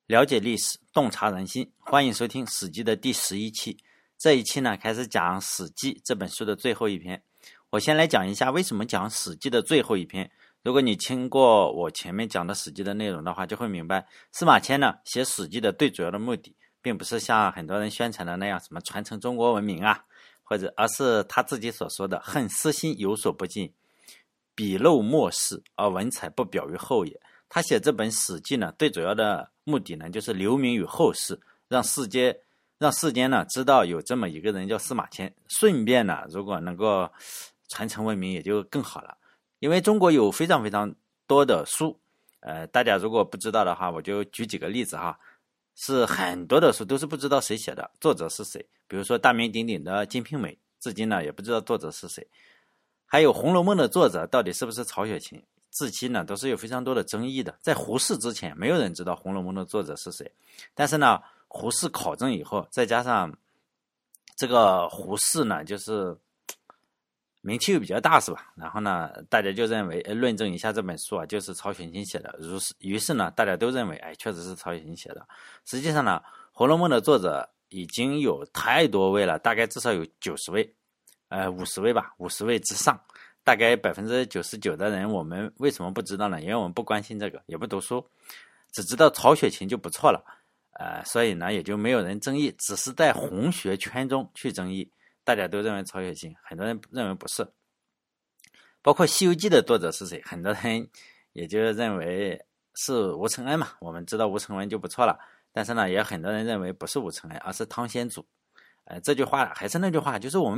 了解历史，洞察人心，欢迎收听《史记》的第11期。这一期呢，开始讲《史记》这本书的最后一篇。我先来讲一下为什么讲《史记》的最后一篇。如果你听过我前面讲的《史记》的内容的话，就会明白，司马迁呢写《史记》的最主要的目的，并不是像很多人宣传的那样什么传承中国文明啊，而是他自己所说的恨私心有所不尽，笔漏末世，而文采不表于后也。他写这本《史记》呢，最主要的目的呢，就是留名于后世，让世间呢知道有这么一个人叫司马迁。顺便呢，如果能够传承文明，也就更好了。因为中国有非常非常多的书，大家如果不知道的话，我就举几个例子哈。是很多的书都是不知道谁写的，作者是谁。比如说大名鼎鼎的《金瓶梅》，至今呢也不知道作者是谁。还有《红楼梦》的作者到底是不是曹雪芹？至今呢都是有非常多的争议的。在胡适之前，没有人知道《红楼梦》的作者是谁。但是呢，胡适考证以后，再加上这个胡适呢，就是名气又比较大，是吧？然后呢，大家就认为论证一下这本书啊，就是曹雪芹写的。于是呢，大家都认为，确实是曹雪芹写的。实际上呢，《红楼梦》的作者已经有太多位了，大概至少有90位，50位吧，50位之上。大概99%的人，我们为什么不知道呢？因为我们不关心这个，也不读书，只知道曹雪芹就不错了。所以呢，也就没有人争议，只是在红学圈中去争议。大家都认为曹雪芹，很多人认为不是。包括《西游记》的作者是谁？很多人也就认为是吴承恩嘛。我们知道吴承恩就不错了，但是呢，也很多人认为不是吴承恩，而是汤显祖。这句话还是那句话，就是我们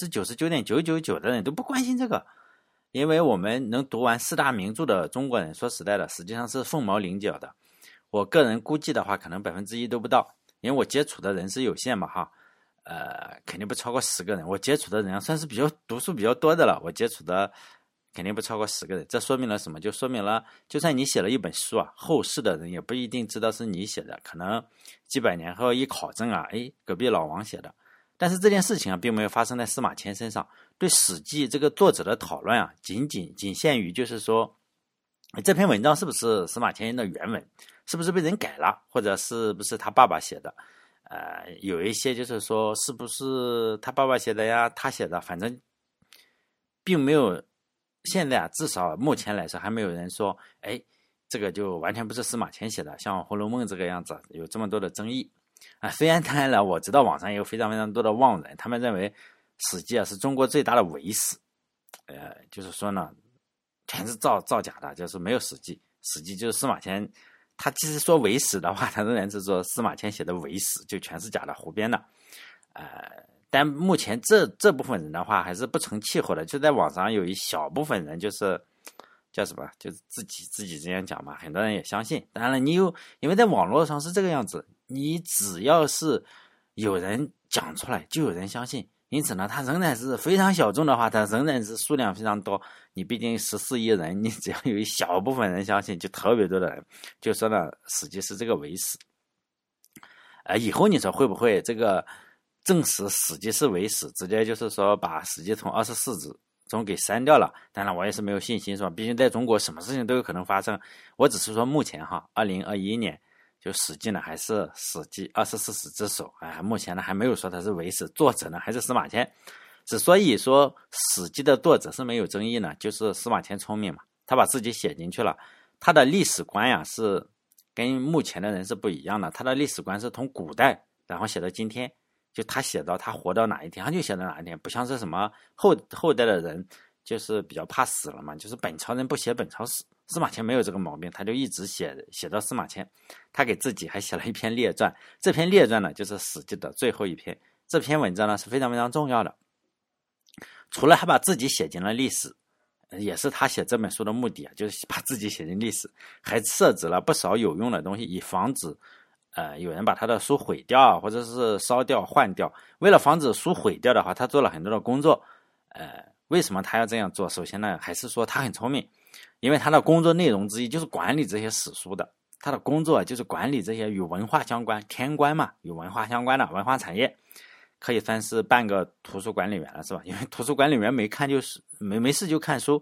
99.999%的人都不关心这个，因为我们能读完4大名著的中国人，说实在的，实际上是凤毛麟角的。我个人估计的话，可能1%都不到，因为我接触的人是有限嘛哈。肯定不超过10个人。我接触的人算是读书比较多的了，我接触的肯定不超过10个人。这说明了什么？就说明了，就算你写了一本书啊，后世的人也不一定知道是你写的，可能几百年后一考证啊，隔壁老王写的。但是这件事情啊，并没有发生在司马迁身上。对《史记》这个作者的讨论啊，仅限于就是说，这篇文章是不是司马迁的原文，是不是被人改了，或者是不是他爸爸写的。有一些就是说是不是他爸爸写的呀，他写的，反正并没有，现在啊，至少目前来说还没有人说这个就完全不是司马迁写的，像《红楼梦》这个样子有这么多的争议虽然当然了，我知道网上也有非常非常多的妄人，他们认为《史记》是中国最大的伪史，就是说呢全是造假的，就是没有《史记》，《史记》就是司马迁。他其实说伪史的话，他仍然是说司马迁写的伪史，就全是假的，胡编的。但目前这部分人的话还是不成气候的，就在网上有一小部分人就是叫什么，就是自己这样讲嘛，很多人也相信。当然了，因为在网络上是这个样子，你只要是有人讲出来，就有人相信。因此呢，它仍然是非常小众的话，它仍然是数量非常多。你毕竟14亿人，你只要有一小部分人相信，就特别多的人就说呢，《史记》是这个伪史。以后你说会不会这个证实《史记》是伪史，直接就是说把《史记》从24纸中给删掉了？当然，我也是没有信心，是吧？毕竟在中国什么事情都有可能发生。我只是说目前哈，2021年。就《史记》呢，还是《史记》24史之首，目前呢还没有说它是伪史，作者呢还是司马迁。之所以说《史记》的作者是没有争议呢，就是司马迁聪明嘛，他把自己写进去了，他的历史观呀是跟目前的人是不一样的，他的历史观是从古代然后写到今天，就他写到他活到哪一天，他就写到哪一天，不像是什么后代的人就是比较怕死了嘛，就是本朝人不写本朝史。司马迁没有这个毛病，他就一直写到司马迁。他给自己还写了一篇列传，这篇列传呢就是《史记》的最后一篇。这篇文章呢是非常非常重要的，除了他把自己写进了历史，也是他写这本书的目的就是把自己写进历史，还设置了不少有用的东西，以防止有人把他的书毁掉或者是烧掉换掉。为了防止书毁掉的话，他做了很多的工作。为什么他要这样做？首先呢，还是说他很聪明。因为他的工作内容之一就是管理这些史书的，他的工作就是管理这些与文化相关，天官嘛，与文化相关的文化产业，可以算是半个图书管理员了，是吧？因为图书管理员没事就看书，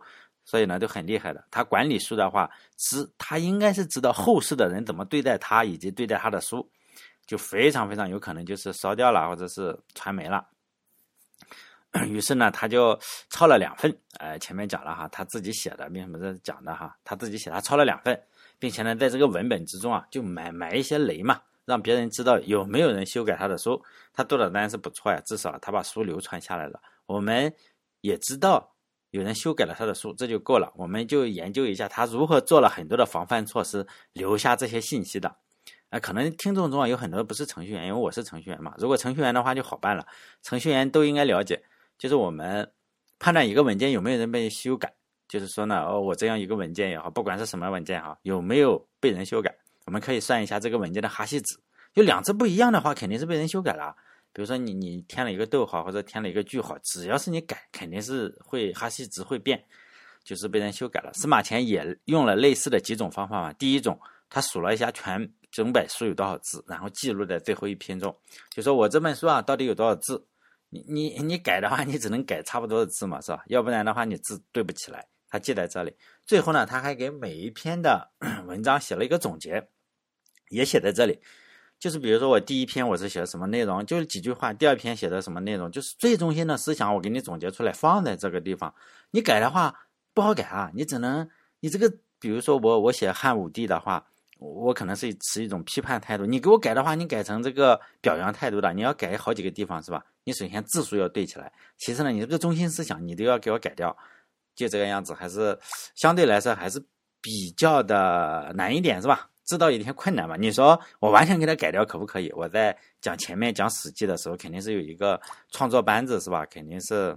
所以呢都很厉害的。他管理书的话，他应该是知道后世的人怎么对待他以及对待他的书，就非常非常有可能就是烧掉了或者是传没了。于是呢他就抄了2份，前面讲了哈，他自己写的，并不是讲的哈，他自己写，他抄了2份，并且呢在这个文本之中啊就埋一些雷嘛，让别人知道有没有人修改他的书。他做的当然是不错呀，至少他把书流传下来了，我们也知道有人修改了他的书，这就够了。我们就研究一下他如何做了很多的防范措施，留下这些信息的。可能听众中有很多不是程序员，因为我是程序员嘛，如果程序员的话就好办了，程序员都应该了解，就是我们判断一个文件有没有人被修改，就是说呢，我这样一个文件也好，不管是什么文件哈，有没有被人修改，我们可以算一下这个文件的哈希值，就2次不一样的话，肯定是被人修改了。比如说你添了一个逗号或者添了一个句号，只要是你改，肯定是会哈希值会变，就是被人修改了。司马迁也用了类似的几种方法嘛。第一种，他数了一下整本书有多少字，然后记录在最后一篇中，就说我这本书啊到底有多少字，你改的话，你只能改差不多的字嘛，是吧？要不然的话你字对不起来，他记在这里。最后呢，他还给每一篇的文章写了一个总结，也写在这里。就是比如说我第一篇我是写的什么内容，就是几句话，第2篇写的什么内容，就是最中心的思想我给你总结出来放在这个地方。你改的话不好改啊，你这个比如说我写汉武帝的话，我可能是持一种批判态度，你给我改的话，你改成这个表扬态度的，你要改好几个地方是吧？你首先字数要对起来，其次呢你这个中心思想你都要给我改掉，就这个样子，还是相对来说还是比较的难一点是吧？知道有点困难嘛？你说我完全给它改掉可不可以？我在前面讲史记的时候，肯定是有一个创作班子是吧？肯定是，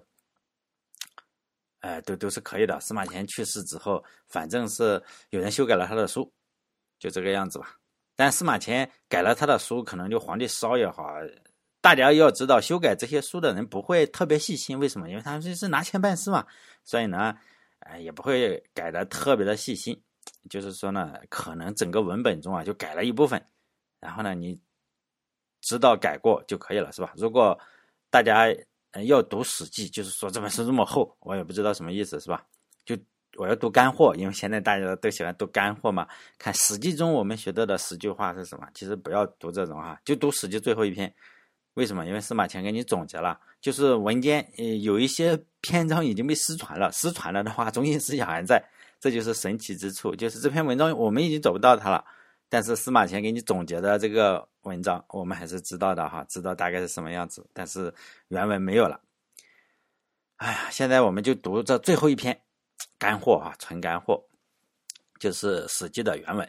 都是可以的。司马迁去世之后，反正是有人修改了他的书，就这个样子吧。但司马迁改了他的书，可能就皇帝烧也好，大家要知道，修改这些书的人不会特别细心，为什么？因为他们是拿钱办事嘛，所以呢，也不会改的特别的细心。就是说呢，可能整个文本中啊就改了一部分，然后呢你知道改过就可以了是吧？如果大家要读史记，就是说这本书这么厚，我也不知道什么意思是吧？就我要读干货，因为现在大家都喜欢读干货嘛。看史记中我们学到的10句话是什么？其实不要读这种哈，就读史记最后一篇。为什么？因为司马迁给你总结了，就是文件有一些篇章已经被失传了，失传了的话中心思想还在，这就是神奇之处。就是这篇文章我们已经找不到它了，但是司马迁给你总结的这个文章我们还是知道的哈，知道大概是什么样子，但是原文没有了。哎呀，现在我们就读这最后一篇干货啊，纯干货，就是史记的原文。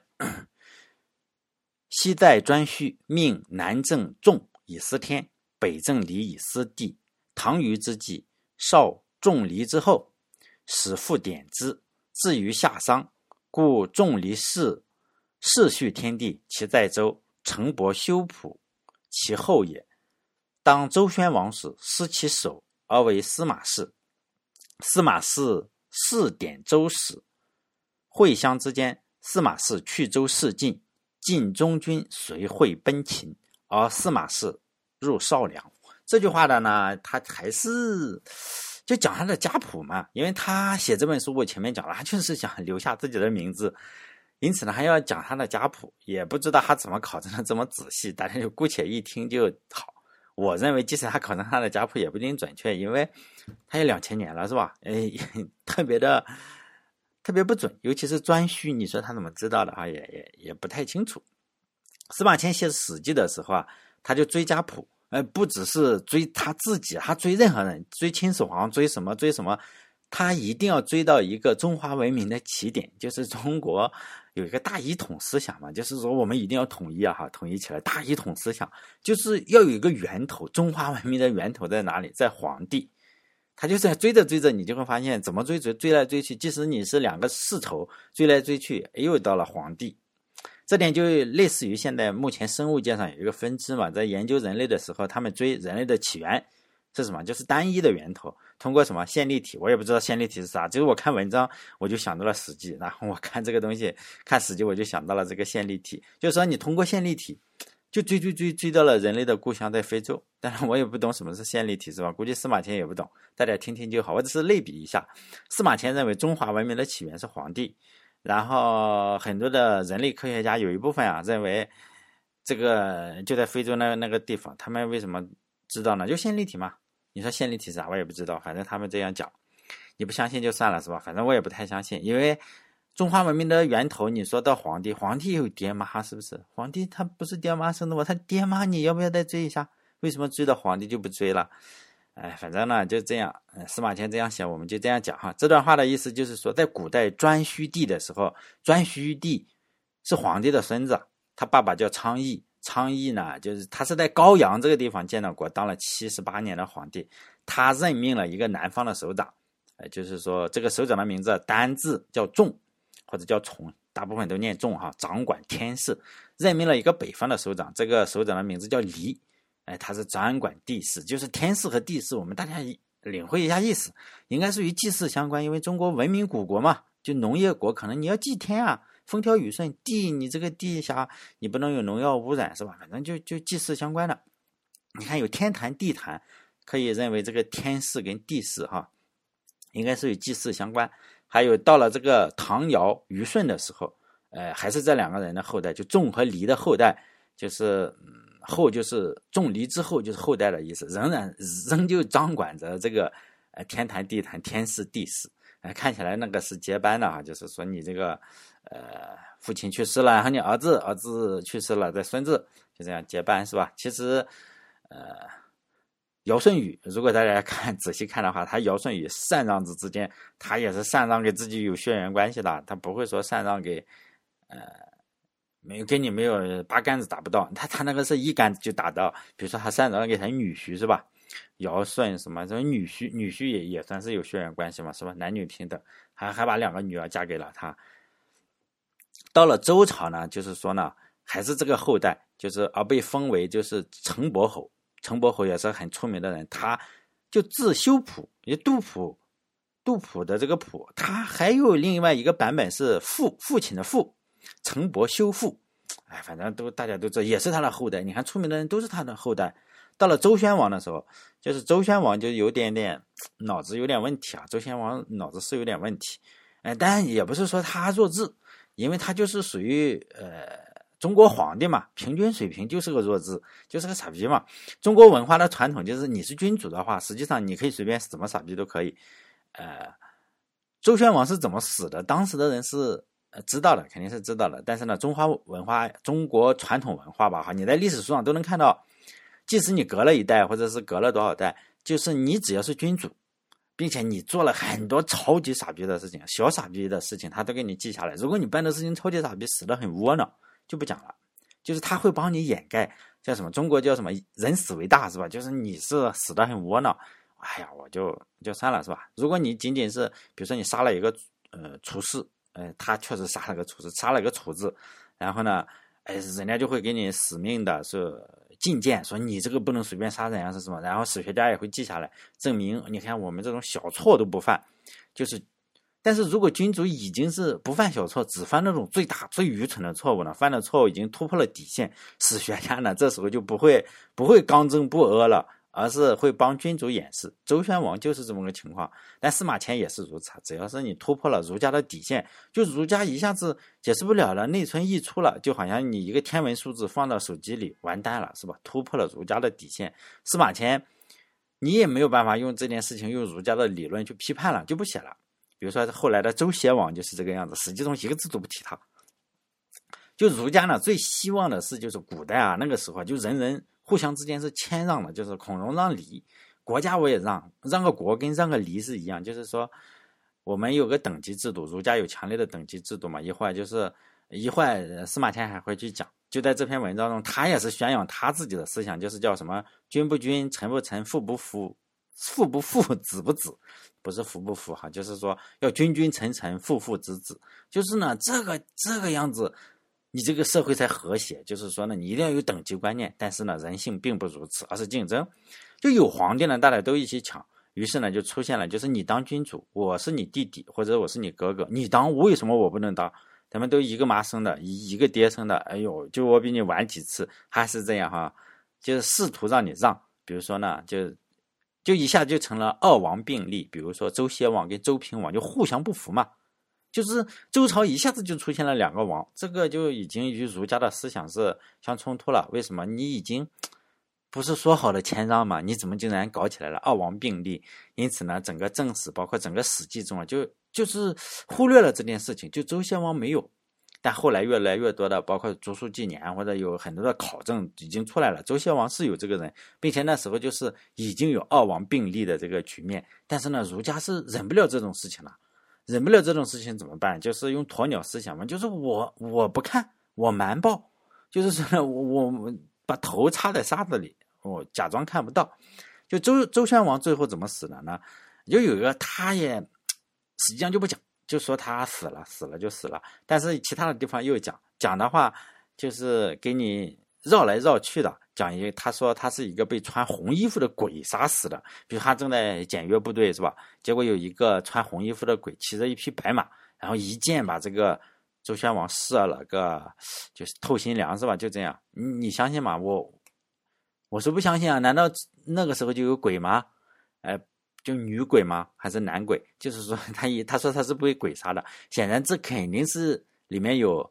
西在颛顼命南郑仲以司天，北郑离以司地。唐虞之际，少仲离之后，使复典之，至于夏商，故仲离世序天地，其在周，成伯修朴，其后也。当周宣王时，失其首而为司马氏。司马氏试典周史，会相之间，司马氏去周事晋，晋中军随会奔秦，而司马氏入少梁。这句话的呢，他还是就讲他的家谱嘛，因为他写这本书我前面讲了，他就是想留下自己的名字，因此呢还要讲他的家谱，也不知道他怎么考证的这么仔细，大家就姑且一听就好。我认为即使他考证他的家谱也不一定准确，因为他也2000年了是吧？特别不准，尤其是颛顼，你说他怎么知道的话也不太清楚。司马迁写史记的时候啊，他就追家谱，不只是追他自己，他追任何人，追秦始皇，追什么，他一定要追到一个中华文明的起点，就是中国有一个大一统思想嘛，就是说我们一定要统一啊，统一起来。大一统思想就是要有一个源头，中华文明的源头在哪里？在黄帝。他就是在追着，你就会发现怎么追来追去，即使你是2个世仇，追来追去，又到了黄帝。这点就类似于现在目前生物界上有一个分支嘛，在研究人类的时候，他们追人类的起源是什么？就是单一的源头，通过什么线粒体，我也不知道线粒体是啥，就是我看文章我就想到了史记，然后我看这个东西，看史记我就想到了这个线粒体，就是说你通过线粒体就追到了人类的故乡在非洲。当然我也不懂什么是线粒体是吧？估计司马迁也不懂，大家听听就好。我只是类比一下，司马迁认为中华文明的起源是黄帝，然后很多的人类科学家有一部分认为这个就在非洲那个地方，他们为什么知道呢？就线粒体嘛。你说线粒体是啥我也不知道，反正他们这样讲，你不相信就算了是吧？反正我也不太相信，因为中华文明的源头，你说到皇帝有爹妈是不是？皇帝他不是爹妈生的吗？他爹妈你要不要再追一下？为什么追到皇帝就不追了？反正呢就这样，司马迁这样写，我们就这样讲哈。这段话的意思就是说，在古代颛顼帝的时候，颛顼帝是皇帝的孙子，他爸爸叫昌邑。昌邑呢，就是他是在高阳这个地方建了国，当了78年的皇帝。他任命了一个南方的首长，就是说这个首长的名字单字叫仲或者叫崇，大部分都念仲哈，掌管天事。任命了一个北方的首长，这个首长的名字叫黎，他是掌管地事，就是天事和地事，我们大家领会一下意思，应该是与祭祀相关，因为中国文明古国嘛，就农业国，可能你要祭天啊，风调雨顺，地你这个地下你不能有农药污染是吧？反正就祭祀相关的。你看有天坛地坛，可以认为这个天事跟地事哈，应该是与祭祀相关。还有到了这个唐尧虞顺的时候，还是这两个人的后代，就仲和黎的后代，就是后就是仲黎之后就是后代的意思，仍旧掌管着这个天坛地坛天事地事。看起来那个是接班的哈，就是说你这个父亲去世了，然后你儿子去世了，再孙子就这样接班是吧？其实尧舜禹，如果大家仔细看的话，他尧舜禹禅让之间，他也是禅让给自己有血缘关系的，他不会说禅让给跟你没有八竿子打不到，他那个是一竿子就打到。比如说他禅让给他女婿是吧？尧舜什么女婿也算是有血缘关系嘛是吧？男女平等，还把2个女儿嫁给了他。到了周朝呢，就是说呢，还是这个后代，就是被封为就是程伯侯。程伯侯也是很出名的人，他就字修谱，也杜甫的这个谱，他还有另外一个版本是父亲的父，程伯修父。反正大家都知道，也是他的后代。你看出名的人都是他的后代。到了周宣王的时候，就是周宣王就有点脑子有点问题啊。周宣王脑子是有点问题，但也不是说他弱智，因为他就是属于中国皇帝嘛，平均水平就是个弱智，就是个傻逼嘛。中国文化的传统就是你是君主的话，实际上你可以随便怎么傻逼都可以。周宣王是怎么死的？当时的人是知道的，肯定是知道的。但是呢，中国传统文化吧，你在历史书上都能看到，即使你隔了一代或者是隔了多少代，就是你只要是君主，并且你做了很多超级傻逼的事情，小傻逼的事情他都给你记下来。如果你办的事情超级傻逼，死得很窝囊，就不讲了，就是他会帮你掩盖。叫什么？中国叫什么？人死为大是吧？就是你是死得很窝囊，我就算了是吧？如果你仅仅是比如说你杀了一个厨师，他确实杀了个厨师，杀了个厨子，然后呢人家就会给你死命的是进谏，说你这个不能随便杀人啊是什么，然后史学家也会记下来证明。你看我们这种小错都不犯，就是但是如果君主已经是不犯小错，只犯那种最大最愚蠢的错误呢，犯的错误已经突破了底线，史学家呢这时候就不会刚正不阿了，而是会帮君主掩饰。周宣王就是这么个情况，但司马迁也是如此，只要是你突破了儒家的底线，就儒家一下子解释不了了，内存溢出了，就好像你一个天文数字放到手机里完蛋了是吧？突破了儒家的底线，司马迁你也没有办法用这件事情用儒家的理论去批判了，就不写了。比如说后来的周协王就是这个样子，史记中一个字都不提他。就儒家呢最希望的是，就是古代那个时候就人互相之间是谦让的，就是孔融让梨，国家我也让个国跟让个梨是一样，就是说我们有个等级制度，儒家有强烈的等级制度嘛。一会儿司马迁还会去讲，就在这篇文章中他也是宣扬他自己的思想，就是叫什么君不君，臣不臣，父不父，父不父，子不子，不是父不父哈，就是说要君君臣臣，父父子子，就是呢这个样子你这个社会才和谐。就是说呢你一定要有等级观念，但是呢人性并不如此，而是竞争。就有皇帝呢大家都一起抢，于是呢就出现了就是你当君主，我是你弟弟或者我是你哥哥，你当为什么我不能当？ 咱们都一个妈生的，一个爹生的，哎呦，就我比你晚几次，还是这样哈，就是试图让你让。比如说呢，就一下就成了二王并立，比如说周歇王跟周平王就互相不服嘛，就是周朝一下子就出现了两个王，这个就已经与儒家的思想是相冲突了。为什么？你已经不是说好的谦让吗？你怎么竟然搞起来了二王并立？因此呢，整个正史包括整个史记中啊，就是忽略了这件事情，就周歇王没有。但后来越来越多的，包括竹书纪年或者有很多的考证已经出来了，周歇王是有这个人，并且那时候就是已经有二王并立的这个局面。但是呢，儒家是忍不了这种事情了，忍不了这种事情怎么办？就是用鸵鸟思想嘛，就是我不看，我瞒报，就是说我把头插在沙子里，我假装看不到。就周宣王最后怎么死的呢？就有一个他也实际上就不讲。就说他死了就死了，但是其他的地方又讲的话，就是给你绕来绕去的讲一个，他说他是一个被穿红衣服的鬼杀死的，比如他正在检阅部队是吧？结果有一个穿红衣服的鬼骑着一匹白马，然后一箭把这个周宣王射了个就是透心凉是吧？就这样，你相信吗？我是不相信啊！难道那个时候就有鬼吗？就女鬼吗？还是男鬼？就是说他说他是被鬼杀的，显然这肯定是里面有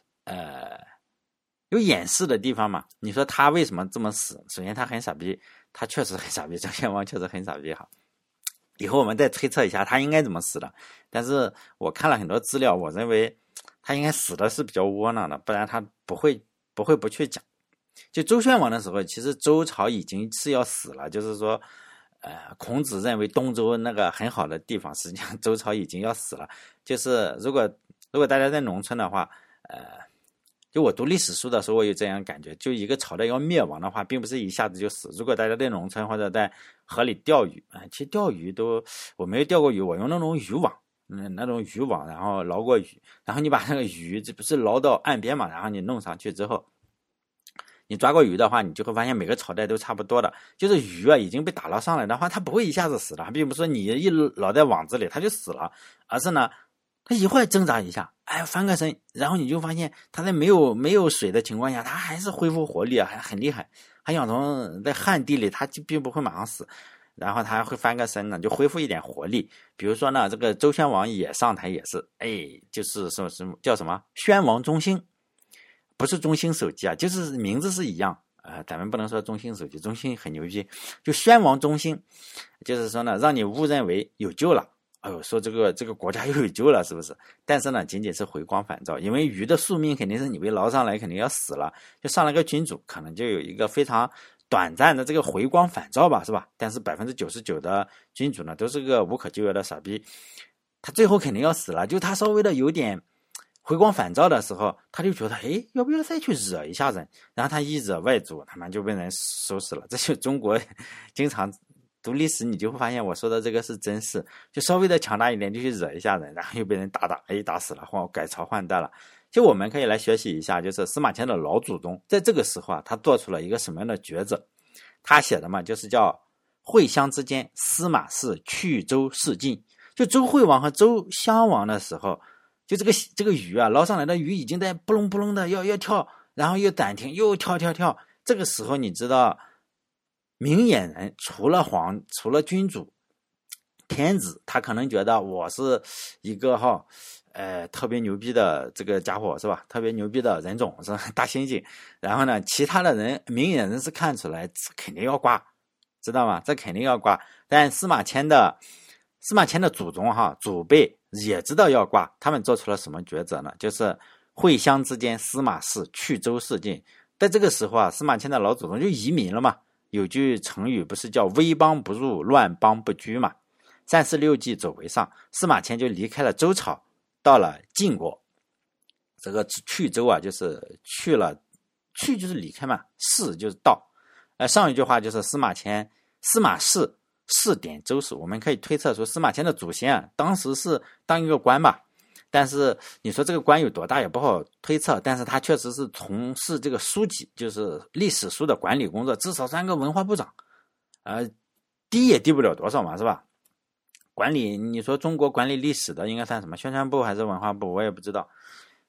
掩饰的地方嘛。你说他为什么这么死？首先他很傻逼，他确实很傻逼，周宣王确实很傻逼哈。以后我们再推测一下他应该怎么死的。但是我看了很多资料，我认为他应该死的是比较窝囊的，不然他不会不去讲。就周宣王的时候，其实周朝已经是要死了，就是说孔子认为东周那个很好的地方，实际上周朝已经要死了。就是如果大家在农村的话，就我读历史书的时候，我有这样感觉，就一个朝代要灭亡的话，并不是一下子就死。如果大家在农村或者在河里钓鱼，其实钓鱼我没有钓过鱼，我用那种渔网，那种渔网，然后捞过鱼，然后你把那个鱼，这不是捞到岸边嘛，然后你弄上去之后。你抓过鱼的话，你就会发现每个朝代都差不多的，就是鱼啊已经被打捞上来的话，它不会一下子死的，并不是说你一捞在网子里它就死了，而是呢，它一会儿挣扎一下，翻个身，然后你就发现它在没有水的情况下，它还是恢复活力啊，还很厉害。还想从在旱地里，它并不会马上死，然后它还会翻个身呢，就恢复一点活力。比如说呢，这个周宣王也上台也是，就是说是叫什么宣王中兴。不是中兴手机啊，就是名字是一样咱们不能说中兴手机，中兴很牛逼，就宣王中兴，就是说呢，让你误认为有救了，说这个国家又有救了，是不是？但是呢，仅仅是回光返照，因为鱼的宿命肯定是你被捞上来，肯定要死了，就上来个君主，可能就有一个非常短暂的这个回光返照吧，是吧？但是99%的君主呢，都是个无可救药的傻逼，他最后肯定要死了，就他稍微的有点。回光返照的时候，他就觉得，要不要再去惹一下人？然后他一惹外族，他们就被人收拾了。这就中国经常读历史，你就会发现我说的这个是真事，就稍微的强大一点就去惹一下人，然后又被人打死了，改朝换代了。就我们可以来学习一下，就是司马迁的老祖宗，在这个时候啊，他做出了一个什么样的抉择？他写的嘛，就是叫会襄之间，司马氏去周事晋。就周惠王和周襄王的时候。就这个鱼啊，捞上来的鱼已经在不隆不隆的要跳，然后又暂停，又跳。这个时候你知道，明眼人除了君主、天子，他可能觉得我是一个特别牛逼的这个家伙是吧？特别牛逼的人种是吧？大猩猩。然后呢，其他的人明眼人是看出来，肯定要挂，知道吗？这肯定要挂。但司马迁的祖宗祖辈。也知道要挂，他们做出了什么抉择呢？就是会襄之间，司马氏去周事晋。在这个时候啊，司马迁的老祖宗就移民了嘛。有句成语不是叫危邦不入，乱邦不居嘛？36计走为上，司马迁就离开了周朝，到了晋国。这个去周啊，就是去就是离开嘛，事就是到。上一句话就是司马氏。试点周氏，我们可以推测出司马迁的祖先啊，当时是当一个官吧，但是你说这个官有多大也不好推测，但是他确实是从事这个书籍，就是历史书的管理工作，至少算个文化部长，低也低不了多少嘛，是吧？管理，你说中国管理历史的应该算什么？宣传部还是文化部？我也不知道。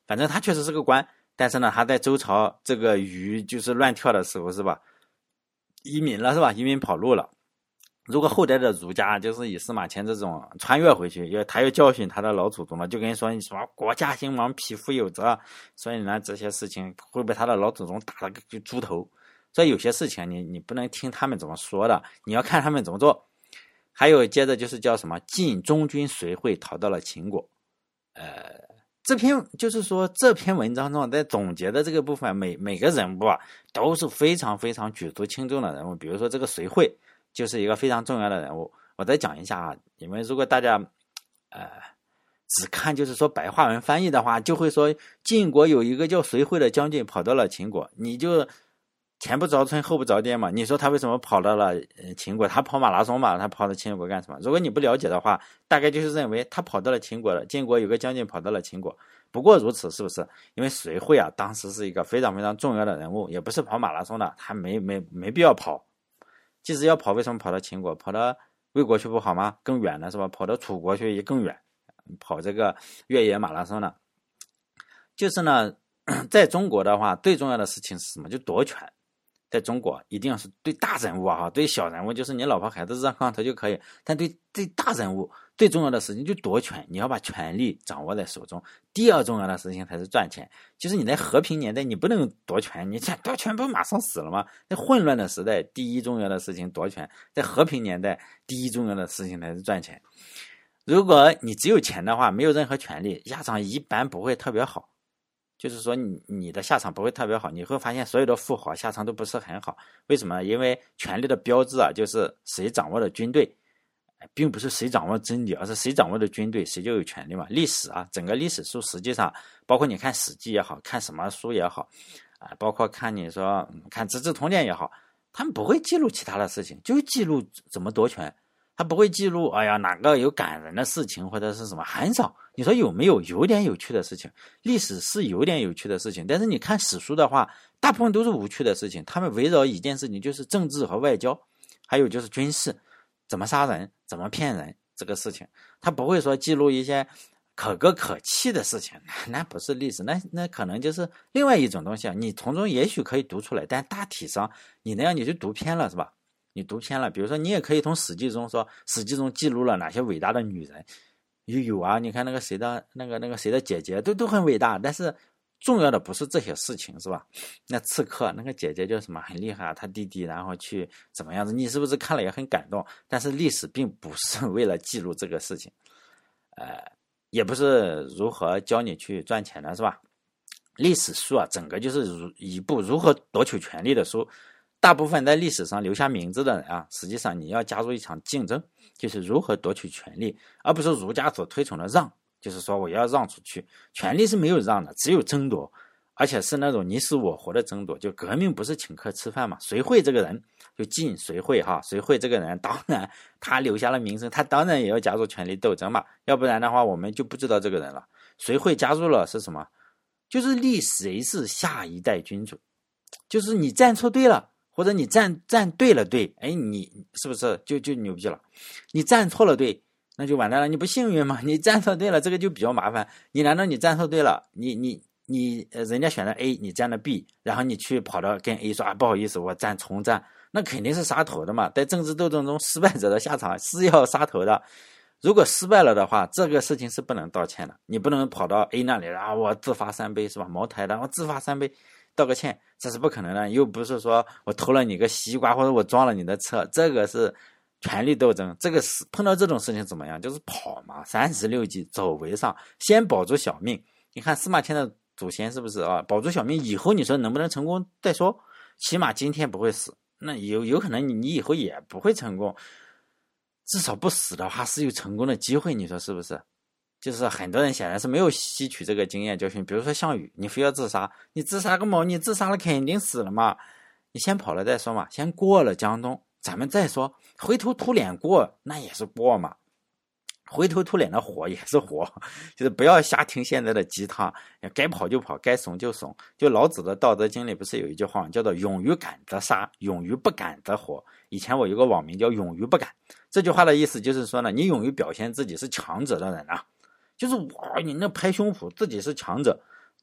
反正他确实是个官，但是呢，他在周朝这个鱼就是乱跳的时候，是吧？移民了，是吧？移民跑路了。如果后代的儒家就是以司马迁这种穿越回去，他要教训他的老祖宗了，就跟你说国家兴亡，匹夫有责，所以呢这些事情会被他的老祖宗打了个猪头。所以有些事情你不能听他们怎么说的，你要看他们怎么做。还有接着就是叫什么晋中军随会逃到了秦国。这篇就是说这篇文章中在总结的这个部分，每个人物啊都是非常非常举足轻重的人物。比如说这个随会就是一个非常重要的人物。我再讲一下啊，因为如果大家只看就是说白话文翻译的话，就会说晋国有一个叫随会的将军跑到了秦国，你就前不着村后不着店嘛。你说他为什么跑到了秦国？他跑马拉松嘛，他跑到秦国干什么？如果你不了解的话，大概就是认为他跑到了秦国了，晋国有个将军跑到了秦国。不过如此，是不是？因为随会啊当时是一个非常非常重要的人物，也不是跑马拉松的，他没必要跑。即使要跑，为什么跑到秦国？跑到魏国去不好吗？更远了，是吧？跑到楚国去也更远，跑这个越野马拉松呢。就是呢，在中国的话，最重要的事情是什么？就夺权。在中国一定要是对大人物啊，对小人物就是你老婆孩子热炕头就可以，但对大人物最重要的事情就夺权，你要把权力掌握在手中。第二重要的事情才是赚钱。就是你在和平年代你不能夺权，你夺权不马上死了吗？在混乱的时代，第一重要的事情夺权；在和平年代，第一重要的事情才是赚钱。如果你只有钱的话，没有任何权利，下场一般不会特别好。就是说你的下场不会特别好，你会发现所有的富豪下场都不是很好。为什么？因为权力的标志啊，就是谁掌握了军队，并不是谁掌握真理，而是谁掌握的军队，谁就有权利嘛。历史啊，整个历史书实际上，包括你看《史记》也好，看什么书也好，包括看你说看《资治通鉴》也好，他们不会记录其他的事情，就记录怎么夺权。他不会记录哪个有感人的事情或者是什么，很少。你说有没有？有点有趣的事情，历史是有点有趣的事情，但是你看史书的话，大部分都是无趣的事情。他们围绕一件事情，就是政治和外交，还有就是军事，怎么杀人，怎么骗人这个事情。他不会说记录一些可歌可泣的事情，那不是历史，那可能就是另外一种东西啊。你从中也许可以读出来，但大体上你那样你就读偏了，是吧？你读偏了。比如说你也可以从史记中说，史记中记录了哪些伟大的女人，有啊，你看那个谁的那个谁的姐姐都很伟大，但是重要的不是这些事情，是吧？那刺客那个姐姐叫什么很厉害啊，他弟弟然后去怎么样子，你是不是看了也很感动？但是历史并不是为了记录这个事情，也不是如何教你去赚钱的，是吧？历史书啊，整个就是一部如何夺取权力的书。大部分在历史上留下名字的人啊，实际上你要加入一场竞争，就是如何夺取权力，而不是儒家所推崇的让，就是说我要让出去。权力是没有让的，只有争夺，而且是那种你死我活的争夺。就革命不是请客吃饭嘛？随会这个人就晋随会哈，随会这个人当然他留下了名声，他当然也要加入权力斗争嘛，要不然的话我们就不知道这个人了。随会加入了是什么？就是立谁是下一代君主，就是你站错队了。或者你站对了队，你是不是就牛逼了？你站错了队，那就完蛋了。你不幸运吗？你站错队了，这个就比较麻烦。你难道你站错队了？你人家选了 A， 你站了 B， 然后你去跑到跟 A 说不好意思，我重站，那肯定是杀头的嘛。在政治斗争中，失败者的下场是要杀头的。如果失败了的话，这个事情是不能道歉的。你不能跑到 A 那里我自罚3杯是吧？茅台的我自罚3杯。道个歉，这是不可能的。又不是说我偷了你个西瓜，或者我撞了你的车，这个是权力斗争。这个是碰到这种事情怎么样？就是跑嘛，36计走为上，先保住小命。你看司马迁的祖先是不是啊？保住小命以后，你说能不能成功再说，起码今天不会死。那有可能你以后也不会成功，至少不死的话是有成功的机会，你说是不是？就是很多人显然是没有吸取这个经验教训。比如说项羽，你非要自杀，你自杀个毛？你自杀了肯定死了嘛，你先跑了再说嘛，先过了江东咱们再说，灰头土脸过那也是过嘛，灰头土脸的活也是活，就是不要瞎听现在的鸡汤，该跑就跑，该怂就怂。就老子的道德经里不是有一句话叫做勇于敢则杀，勇于不敢则活。以前我有个网名叫勇于不敢，这句话的意思就是说呢，你勇于表现自己是强者的人啊，就是你那拍胸脯自己是强者，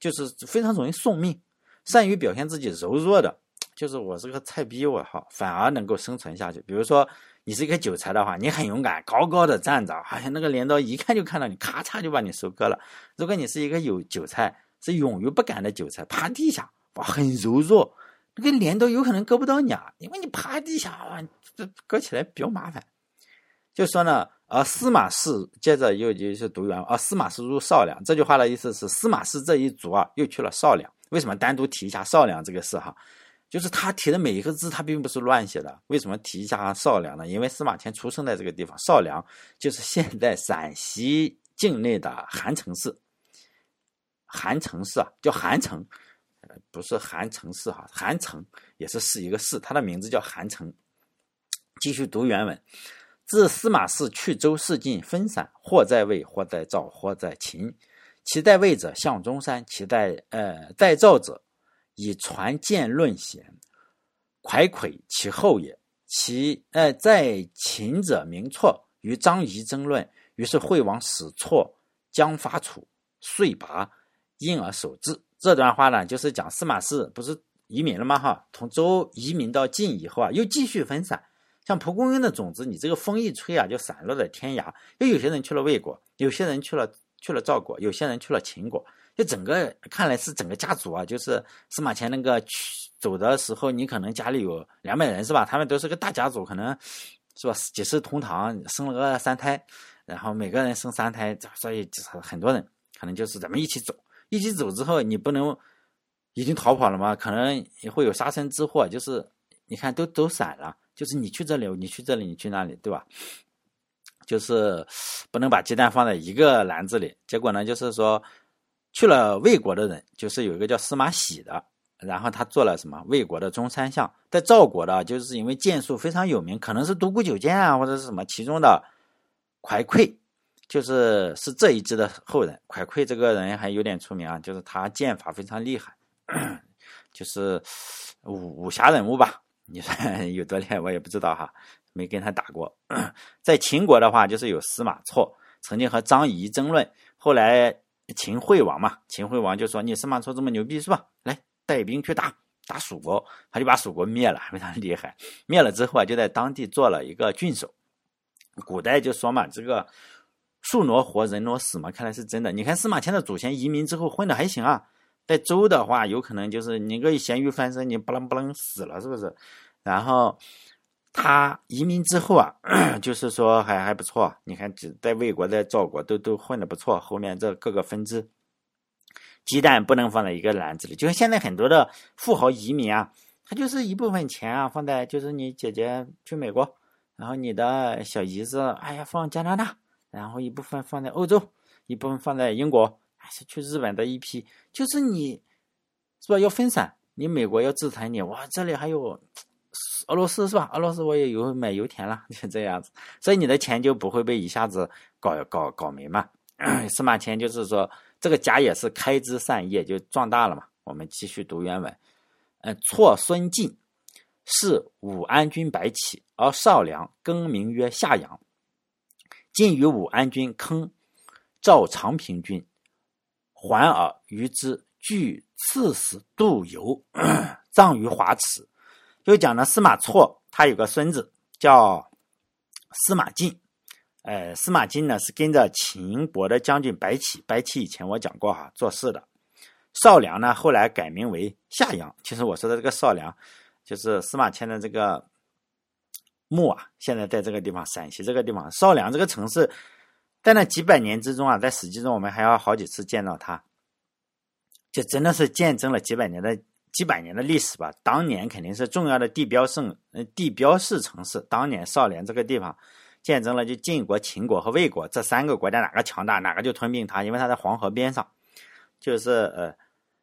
就是非常容易送命，善于表现自己柔弱的，就是我是个菜逼，我靠，反而能够生存下去。比如说你是一个韭菜的话，你很勇敢，高高的站着，好像那个镰刀一看就看到你，咔嚓就把你收割了。如果你是一个有韭菜，是勇于不敢的韭菜，趴地下，哇，很柔弱，那个镰刀有可能割不到你啊，因为你趴地下，哇，割起来比较麻烦。就说呢，司马氏接着又就是读原文，司马氏入少梁，这句话的意思是司马氏这一族啊又去了少梁。为什么单独提一下少梁这个事哈？就是他提的每一个字他并不是乱写的。为什么提一下少梁呢？因为司马迁出生在这个地方，少梁就是现在陕西境内的韩城市。韩城市啊，叫韩城，不是韩城市哈，韩城也是一个市，它的名字叫韩城。继续读原文。自司马氏去州事尽分散，或在魏，或在赵，或在秦。其在魏者向中山，其在赵者以传见论贤，蒯聩其后也。其在秦者名错，与张仪争论，于是惠王使错将伐楚，遂拔，因而守制。这段话呢，就是讲司马氏不是移民了吗？哈，从周移民到晋以后啊，又继续分散。像蒲公英的种子，你这个风一吹啊，就散落在天涯。又有些人去了魏国，有些人去了赵国，有些人去了秦国。就整个看来是整个家族啊，就是司马迁那个走的时候，你可能家里有200人是吧？他们都是个大家族，可能是吧，几世同堂，生了个3胎，然后每个人生3胎，所以很多人可能就是咱们一起走。一起走之后，你不能已经逃跑了吗？可能也会有杀身之祸，就是你看都散了。就是你去这里，你去这里，你去那里，对吧？就是不能把鸡蛋放在一个篮子里。结果呢，就是说去了魏国的人，就是有一个叫司马喜的，然后他做了什么魏国的中山相。在赵国的，就是因为剑术非常有名，可能是独孤九剑啊，或者是什么，其中的蒯聩就是这一支的后人。蒯聩这个人还有点出名啊，就是他剑法非常厉害，就是武侠人物吧。你说有多厉害我也不知道哈，没跟他打过。在秦国的话，就是有司马错，曾经和张仪争论。后来秦惠王嘛，秦惠王就说：“你司马错这么牛逼是吧？来带兵去打蜀国。”他就把蜀国灭了，非常厉害。灭了之后啊，就在当地做了一个郡守。古代就说嘛，这个树挪活，人挪死嘛，看来是真的。你看司马迁的祖先移民之后混得还行啊。在周的话，有可能就是你个咸鱼翻身，你不楞死了，是不是？然后他移民之后啊，就是说还不错。你看，在魏国、在赵国都混得不错。后面这各个分支，鸡蛋不能放在一个篮子里。就像现在很多的富豪移民啊，他就是一部分钱啊放在，就是你姐姐去美国，然后你的小姨子放加拿大，然后一部分放在欧洲，一部分放在英国。还是去日本的一批，就是你是吧？要分散，你美国要制裁你，哇，这里还有俄罗斯是吧？俄罗斯我也有买油田了，就这样子，所以你的钱就不会被一下子搞没嘛。司马迁就是说，这个家也是开枝散叶，就壮大了嘛。我们继续读原文。错孙晋是武安君白起，而少梁更名曰夏阳。晋与武安君坑赵长平君。还尔于之，据刺史杜游，葬于华池。就讲的司马错，他有个孙子叫司马晋。司马晋呢是跟着秦国的将军白起，白起以前我讲过哈，做事的。少梁呢后来改名为夏阳。其实我说的这个少梁，就是司马迁的这个墓啊，现在在这个地方，陕西这个地方，少梁这个城市。在那几百年之中啊，在史记中我们还要好几次见到它，就真的是见证了几百年的历史吧。当年肯定是重要的地标式城市，当年少梁这个地方见证了就晋国、秦国和魏国这3个国家哪个强大哪个就吞并它，因为它在黄河边上。就是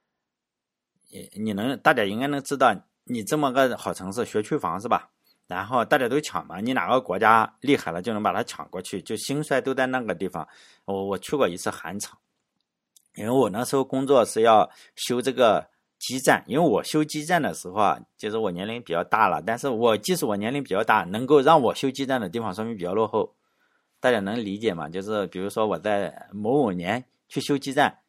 大家应该能知道，你这么个好城市，学区房是吧？然后大家都抢嘛，你哪个国家厉害了就能把它抢过去，就兴衰都在那个地方。我去过一次韩城，因为我那时候工作是要修这个基站，因为我修基站的时候啊，就是我年龄比较大了，但是即使我年龄比较大，能够让我修基站的地方说明比较落后，大家能理解吗？就是比如说我在某年去修基站，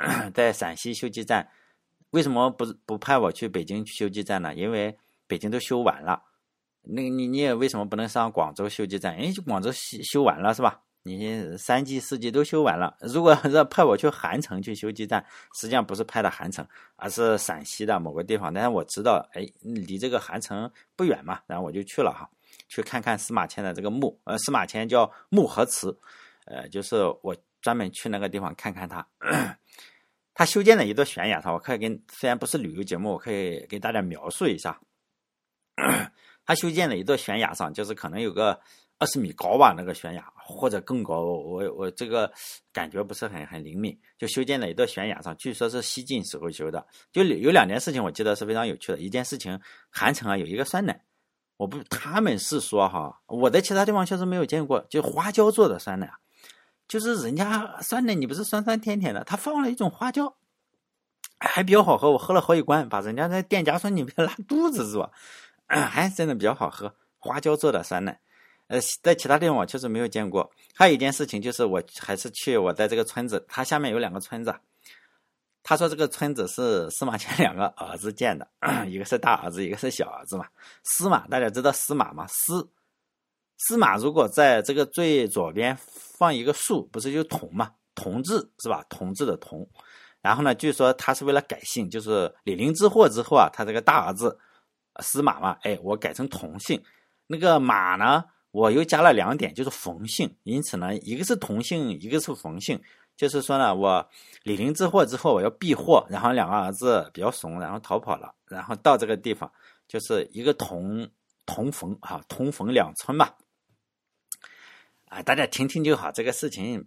在陕西修基站，为什么不派我去北京修基站呢？因为北京都修完了。那你也为什么不能上广州修基站？因为广州修完了是吧？你3级4级都修完了。如果派我去韩城去修基站，实际上不是派的韩城，而是陕西的某个地方。但是我知道，离这个韩城不远嘛，然后我就去了哈，去看看司马迁的这个墓。司马迁叫墓和祠，就是我专门去那个地方看看他。他修建了一座悬崖上，我可以虽然不是旅游节目，我可以给大家描述一下。他修建了一座悬崖上，就是可能有个20米高吧，那个悬崖或者更高，我这个感觉不是很灵敏，就修建了一座悬崖上，据说是西晋时候修的。就有2件事情我记得是非常有趣的。一件事情，韩城有一个酸奶，他们是说哈，我在其他地方确实没有见过，就花椒做的酸奶，就是人家酸奶你不是酸酸甜甜的，他放了一种花椒，还比较好喝，我喝了好几罐，把人家那店家说你别拉肚子是吧？还真的比较好喝，花椒做的酸奶。在其他地方我确实没有见过。还有一件事情就是我还是去我在这个村子，它下面有2个村子。他说这个村子是司马迁2个儿子建的，一个是大儿子，一个是小儿子嘛。司马大家知道司马吗？司马如果在这个最左边放一个竖，不是就同嘛？同治是吧？同治的同。然后呢，据说他是为了改姓，就是李陵之祸之后啊，他这个大儿子司马嘛，我改成同姓。那个马呢，我又加了2点，就是冯姓。因此呢，一个是同姓，一个是冯姓。就是说呢，我李陵之祸之后我要避祸，然后2个儿子比较怂，然后逃跑了，然后到这个地方，就是一个同冯啊，同冯2村吧。大家听听就好，这个事情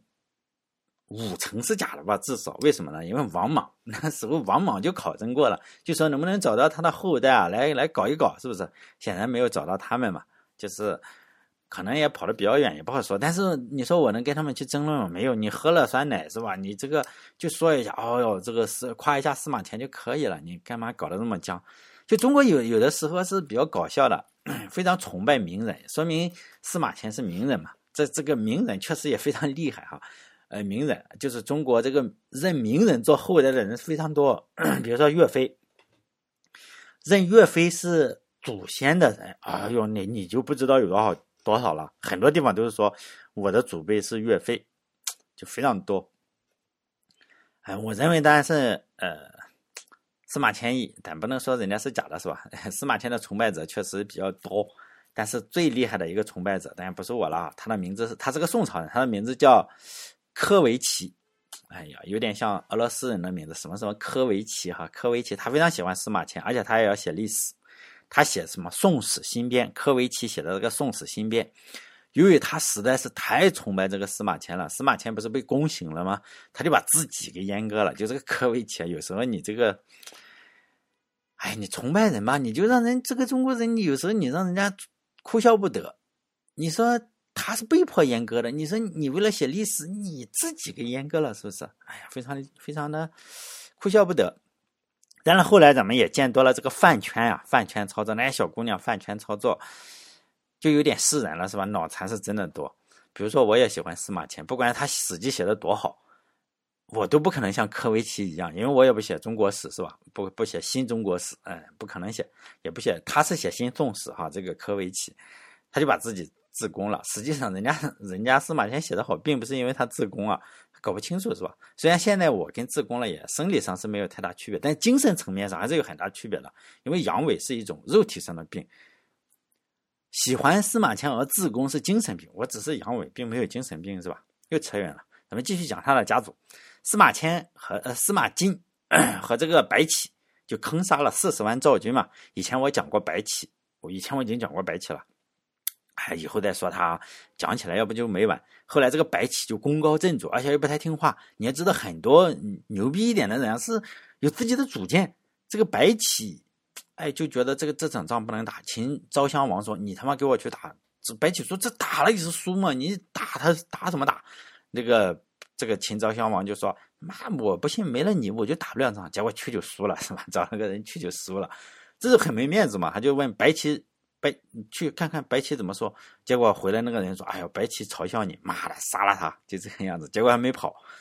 5成是假的吧，至少。为什么呢？因为王莽那时候王莽就考证过了，就说能不能找到他的后代啊，来搞一搞，是不是？显然没有找到他们嘛，就是可能也跑得比较远，也不好说。但是你说我能跟他们去争论吗？没有，你喝了酸奶是吧？你这个就说一下，哦哟，这个是夸一下司马迁就可以了，你干嘛搞得那么僵？就中国有的时候是比较搞笑的，非常崇拜名人，说明司马迁是名人嘛。这个名人确实也非常厉害哈。名人就是中国这个认名人做后代的人非常多。比如说岳飞，认岳飞是祖先的人，哎呦，你就不知道有多少了。很多地方都是说我的祖辈是岳飞，就非常多。我认为当然是司马迁但不能说人家是假的是吧？司马迁的崇拜者确实比较多，但是最厉害的一个崇拜者当然不是我了，他的名字他是个宋朝人，他的名字叫科维奇。哎呀，有点像俄罗斯人的名字，什么什么科维奇哈，科维奇他非常喜欢司马迁，而且他也要写历史，他写什么《宋史新编》，科维奇写的这个《宋史新编》。由于他实在是太崇拜这个司马迁了，司马迁不是被宫刑了吗？他就把自己给阉割了。就这个科维奇，有时候你这个，你崇拜人吧，你就让人这个中国人，你有时候你让人家哭笑不得。你说他是被迫阉割的，你说你为了写历史，你自己给阉割了，是不是？非常非常的哭笑不得。但是后来咱们也见多了这个饭圈啊，饭圈操作，那些小姑娘饭圈操作就有点释然了，是吧？脑残是真的多。比如说我也喜欢司马迁，不管他史记写的多好，我都不可能像科维奇一样，因为我也不写中国史，是吧？不写新中国史，不可能写，也不写。他是写新宋史哈，这个科维奇，他就把自己自宫了。实际上人家司马迁写的好，并不是因为他自宫啊，搞不清楚是吧？虽然现在我跟自宫了也生理上是没有太大区别，但精神层面上还是有很大区别的。因为阳痿是一种肉体上的病，喜欢司马迁而自宫是精神病，我只是阳痿，并没有精神病，是吧？又扯远了，咱们继续讲他的家族。司马迁和司马津和这个白起就坑杀了40万赵军嘛。以前我讲过白起，以前我已经讲过白起了，以后再说他，讲起来要不就没完。后来这个白起就功高震主，而且又不太听话。你要知道，很多牛逼一点的人是有自己的主见。这个白起就觉得这场仗不能打。秦昭襄王说你他妈给我去打，白起说这打了也是输嘛，你打他打什么打？这个秦昭襄王就说妈，我不信没了你我就打不了仗，结果去就输了，是吧？找了个人去就输了，这是很没面子嘛。他就问白起去看看白起怎么说，结果回来那个人说哎呦，白起嘲笑你，妈的杀了他，就这个样子。结果还没跑，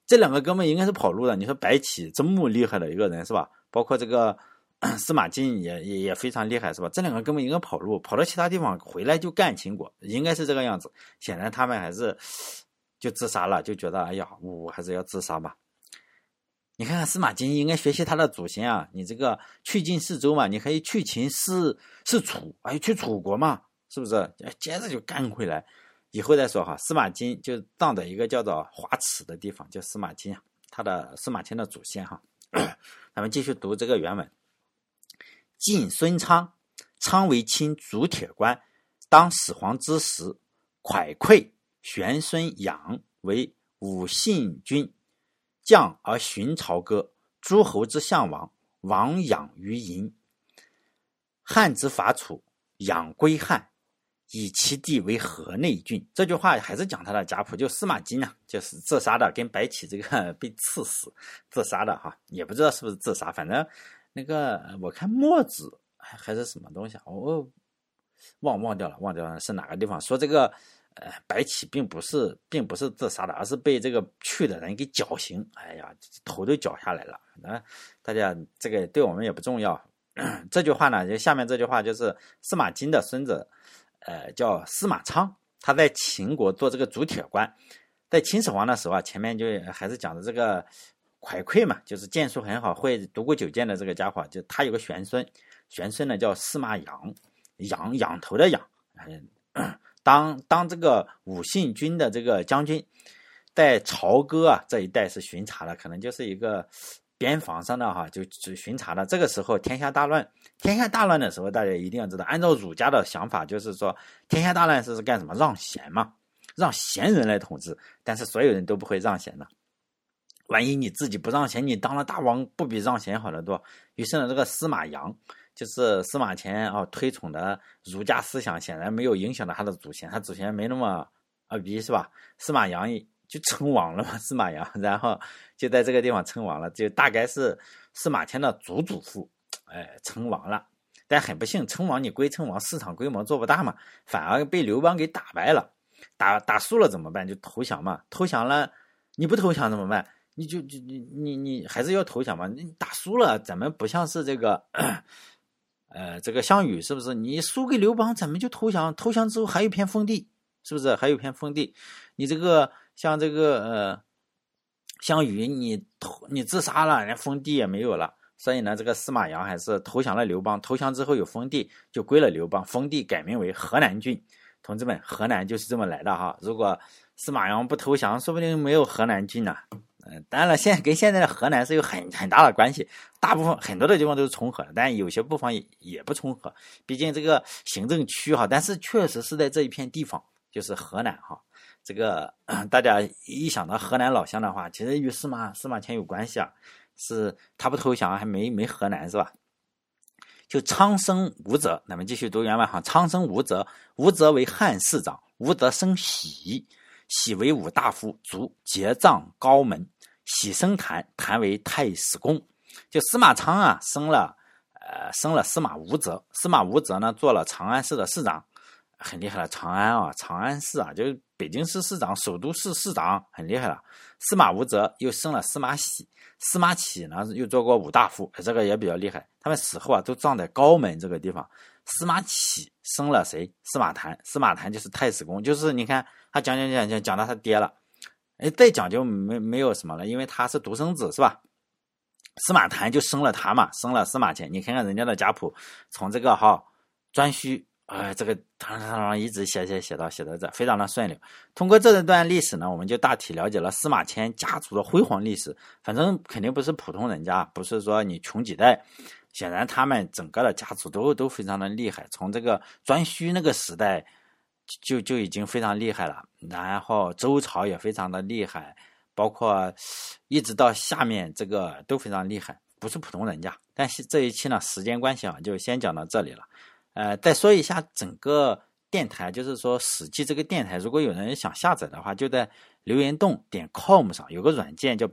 这两个哥们应该是跑路的。你说白起这么厉害的一个人是吧？包括这个司马津也非常厉害是吧？这两个哥们应该跑路，跑到其他地方回来就干秦国，应该是这个样子。显然他们还是就自杀了，就觉得哎呀，我还是要自杀吧。你看看司马津应该学习他的祖先啊，你这个去晋四周嘛，你可以去秦是楚，哎，去楚国嘛，是不是？接着就干回来，以后再说哈。司马津就葬在一个叫做华池的地方，叫司马津，他的司马迁的祖先哈。咱们继续读这个原文。晋孙昌，昌为秦主铁官，当始皇之时，蒯聩、玄孙养为武信君。将而寻朝歌，诸侯之相王，王养于营。汉之伐楚，养归汉，以其地为河内郡。这句话还是讲他的家谱，就司马津啊，就是自杀的，跟白起这个被刺死自杀的哈，也不知道是不是自杀，反正那个我看墨子还是什么东西啊，我忘掉了是哪个地方说这个。白起并不是自杀的，而是被这个去的人给绞刑，哎呀，头都绞下来了。大家这个对我们也不重要。这句话呢，就下面这句话就是司马津的孙子，叫司马昌，他在秦国做这个主铁官，在秦始皇的时候啊，前面就还是讲的这个蒯聩嘛，就是剑术很好，会独孤九剑的这个家伙，就他有个玄孙呢叫司马养，仰头的仰。当这个武信军的这个将军，在朝歌啊这一带是巡查的，可能就是一个边防上的哈，就巡查的。这个时候天下大乱的时候，大家一定要知道，按照儒家的想法，就是说天下大乱是干什么？让贤嘛，让贤人来统治。但是所有人都不会让贤的，万一你自己不让贤，你当了大王不比让贤好得多？于是呢，这个司马养。就是司马迁推崇的儒家思想显然没有影响到他的祖先，他祖先没那么逼是吧？司马养就称王了嘛，司马养，然后就在这个地方称王了，就大概是司马迁的祖父，称王了。但很不幸，称王你归称王，市场规模做不大嘛，反而被刘邦给打败了。打输了怎么办？就投降嘛，投降了你不投降怎么办？你还是要投降嘛？你打输了，咱们不像是这个。这个项羽是不是你输给刘邦，咱们就投降？投降之后还有一片封地，是不是？还有一片封地，你这个像这个项羽，你自杀了，人封地也没有了。所以呢，这个司马养还是投降了刘邦，投降之后有封地，就归了刘邦，封地改名为河南郡。同志们，河南就是这么来的哈。如果司马养不投降，说不定没有河南郡呢。当然了，跟现在的河南是有很大的关系，大部分很多的地方都是重合的，但有些部分也不重合，毕竟这个行政区哈，但是确实是在这一片地方，就是河南哈。这个大家一想到河南老乡的话，其实与司马迁有关系啊，是他不投降还没河南是吧？就昌生吴泽，咱们继续读原文哈。昌生吴泽，吴泽为汉市长，吴泽生喜，喜为武大夫，卒，结葬高门。喜生谭，谭为太史公。就司马昌啊，生了司马无泽，司马无泽呢做了长安市的市长，很厉害了。长安市啊，就是北京市市长，首都市市长，很厉害了。司马无泽又生了司马喜，司马启呢又做过武大夫，这个也比较厉害。他们死后啊都葬在高门这个地方。司马启生了谁？司马谈，司马谈就是太史公，就是你看他讲到他爹了。再讲就没有什么了，因为他是独生子是吧？司马谈就生了他嘛，生了司马迁。你看看人家的家谱，从这个颛顼，这个一直写到这，非常的顺溜。通过这段历史呢，我们就大体了解了司马迁家族的辉煌历史。反正肯定不是普通人家，不是说你穷几代，显然他们整个的家族都非常的厉害。从这个颛顼那个时代。就已经非常厉害了，然后周朝也非常的厉害，包括一直到下面这个都非常厉害，不是普通人家。但是这一期呢，时间关系就先讲到这里了。再说一下整个电台，就是说史记这个电台，如果有人想下载的话，就在留言洞点 com 上有个软件叫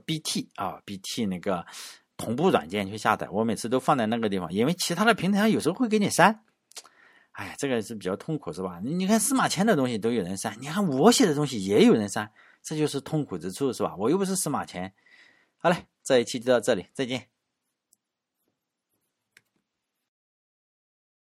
BT 那个同步软件去下载，我每次都放在那个地方，因为其他的平台有时候会给你删。这个是比较痛苦是吧？你看司马迁的东西都有人删，你看我写的东西也有人删， 这就是痛苦之处，是吧？我又不是司马迁。好嘞，这一期就到这里，再见。